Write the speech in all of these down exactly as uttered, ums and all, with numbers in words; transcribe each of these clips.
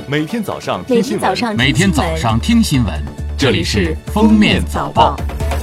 每天早上听新闻， 每天早上听新闻，这里是封面早报。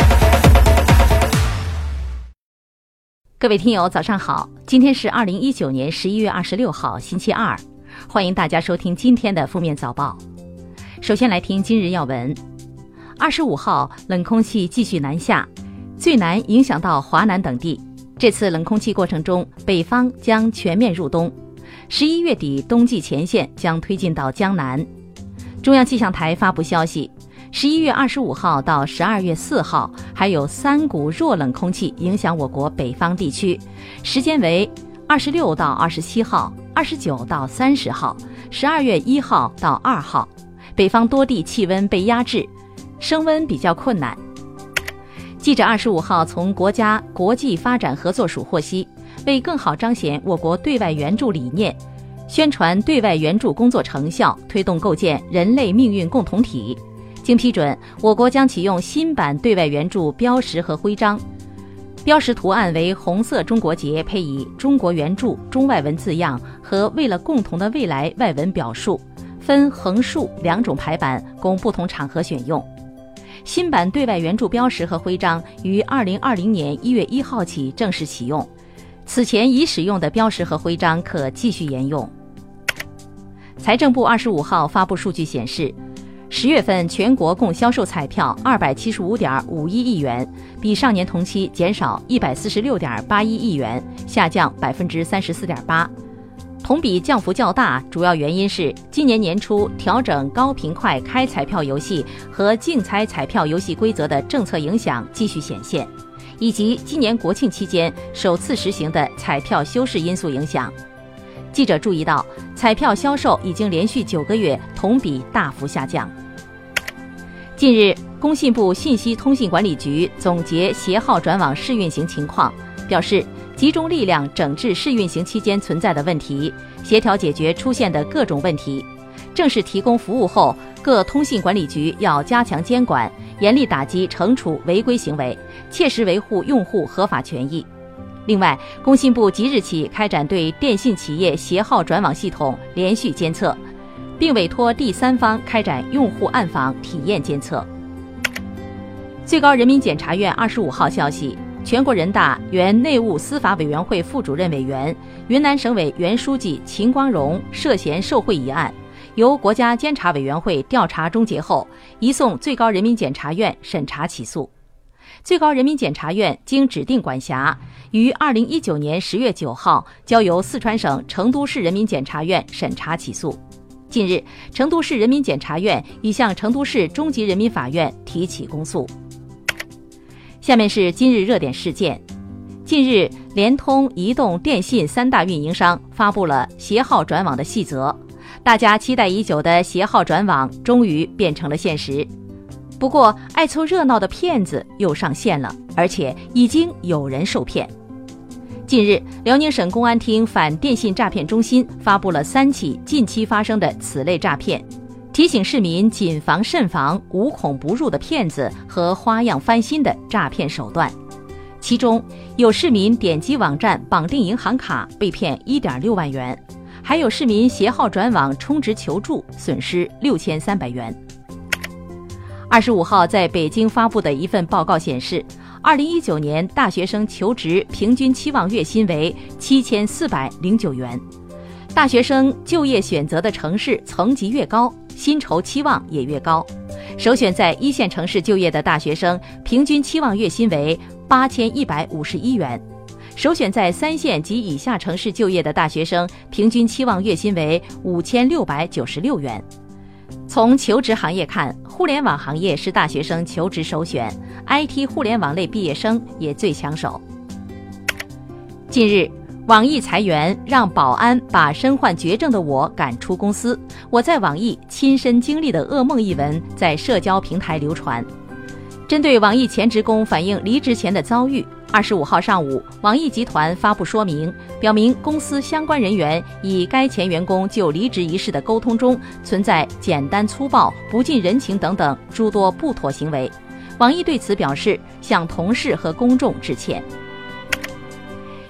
各位听友早上好，今天是二零一九年十一月二十六号星期二，欢迎大家收听今天的封面早报。首先来听今日要闻。二十五号冷空气继续南下，最南影响到华南等地。这次冷空气过程中，北方将全面入冬，十一月底冬季前线将推进到江南。中央气象台发布消息，十一月二十五号到十二月四号还有三股弱冷空气影响我国北方地区，时间为二十六到二十七号、二十九到三十号、十二月一号到二号。北方多地气温被压制，升温比较困难。记者二十五号从国家国际发展合作署获悉，为更好彰显我国对外援助理念，宣传对外援助工作成效，推动构建人类命运共同体，经批准，我国将启用新版对外援助标识和徽章，标识图案为红色中国结，配以中国援助中外文字样和为了共同的未来外文表述，分横竖两种排版，供不同场合选用。新版对外援助标识和徽章于二零二零年一月一号起正式启用，此前已使用的标识和徽章可继续沿用。财政部二十五号发布数据显示，十月份全国共销售彩票二百七十五点五一亿元，比上年同期减少一百四十六点八一亿元，下降百分之三十四点八。同比降幅较大，主要原因是今年年初调整高频快开彩票游戏和竞猜彩票游戏规则的政策影响继续显现，以及今年国庆期间首次实行的彩票休市因素影响。记者注意到，彩票销售已经连续九个月同比大幅下降。近日，工信部信息通信管理局总结携号转网试运行情况，表示集中力量整治试运行期间存在的问题，协调解决出现的各种问题。正式提供服务后，各通信管理局要加强监管，严厉打击惩处违规行为，切实维护用户合法权益。另外，工信部即日起开展对电信企业携号转网系统连续监测，并委托第三方开展用户暗访体验监测。最高人民检察院二十五号消息，全国人大原内务司法委员会副主任委员、云南省委原书记秦光荣涉嫌受贿一案，由国家监察委员会调查终结后，移送最高人民检察院审查起诉。最高人民检察院经指定管辖，于二零一九年十月九号交由四川省成都市人民检察院审查起诉。近日，成都市人民检察院已向成都市中级人民法院提起公诉。下面是今日热点事件。近日，联通、移动、电信三大运营商发布了携号转网的细则，大家期待已久的携号转网终于变成了现实。不过，爱凑热闹的骗子又上线了，而且已经有人受骗。近日，辽宁省公安厅反电信诈骗中心发布了三起近期发生的此类诈骗，提醒市民谨防慎防无孔不入的骗子和花样翻新的诈骗手段。其中，有市民点击网站绑定银行卡被骗 一点六万元，还有市民携号转网充值求助，损失六千三百元。二十五号在北京发布的一份报告显示，二零一九年大学生求职平均期望月薪为七千四百零九元。大学生就业选择的城市层级越高，薪酬期望也越高。首选在一线城市就业的大学生平均期望月薪为八千一百五十一元，首选在三线及以下城市就业的大学生平均期望月薪为五千六百九十六元。从求职行业看，互联网行业是大学生求职首选， I T 互联网类毕业生也最抢手。近日，网易裁员，让保安把身患绝症的我赶出公司，我在网易亲身经历的噩梦一文在社交平台流传。针对网易前职工反映离职前的遭遇，二十五号上午，网易集团发布说明，表明公司相关人员以该前员工就离职一事的沟通中存在简单粗暴、不近人情等等诸多不妥行为。网易对此表示向同事和公众致歉。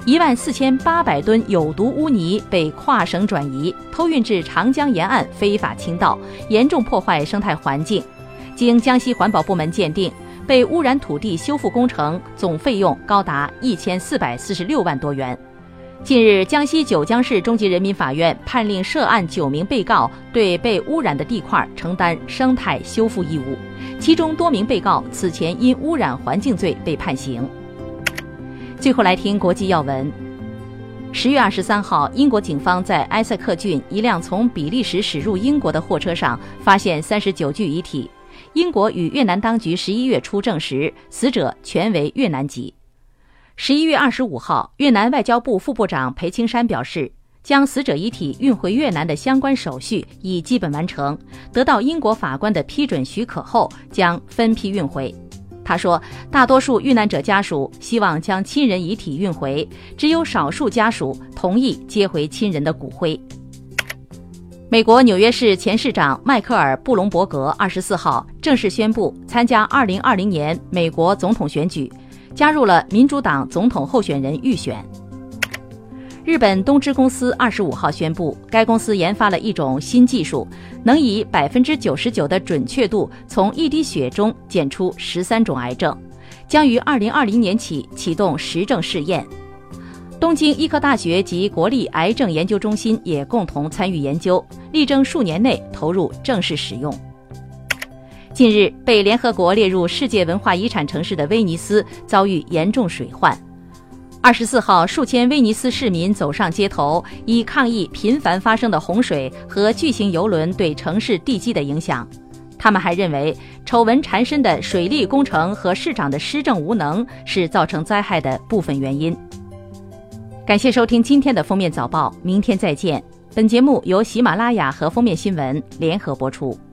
一万四千八百吨有毒污泥被跨省转移，偷运至长江沿岸非法倾倒，严重破坏生态环境。经江西环保部门鉴定，被污染土地修复工程总费用高达一千四百四十六万多元。近日，江西九江市中级人民法院判令涉案九名被告对被污染的地块承担生态修复义务，其中多名被告此前因污染环境罪被判刑。最后来听国际要闻。十月二十三号，英国警方在埃塞克郡一辆从比利时驶入英国的货车上发现三十九具遗体。英国与越南当局十一月初证实，死者全为越南籍。十一月二十五号，越南外交部副部长裴青山表示，将死者遗体运回越南的相关手续已基本完成，得到英国法官的批准许可后，将分批运回。他说，大多数遇难者家属希望将亲人遗体运回，只有少数家属同意接回亲人的骨灰。美国纽约市前市长迈克尔·布隆伯格二十四号正式宣布参加二零二零年美国总统选举，加入了民主党总统候选人预选。日本东芝公司二十五号宣布，该公司研发了一种新技术，能以百分之九十九的准确度从一滴血中检出十三种癌症，将于二零二零年起启动实证试验。东京医科大学及国立癌症研究中心也共同参与研究，力争数年内投入正式使用。近日，被联合国列入世界文化遗产城市的威尼斯遭遇严重水患。二十四号，数千威尼斯市民走上街头，以抗议频繁发生的洪水和巨型邮轮对城市地基的影响。他们还认为，丑闻缠身的水利工程和市长的施政无能是造成灾害的部分原因。感谢收听今天的封面早报，明天再见。本节目由喜马拉雅和封面新闻联合播出。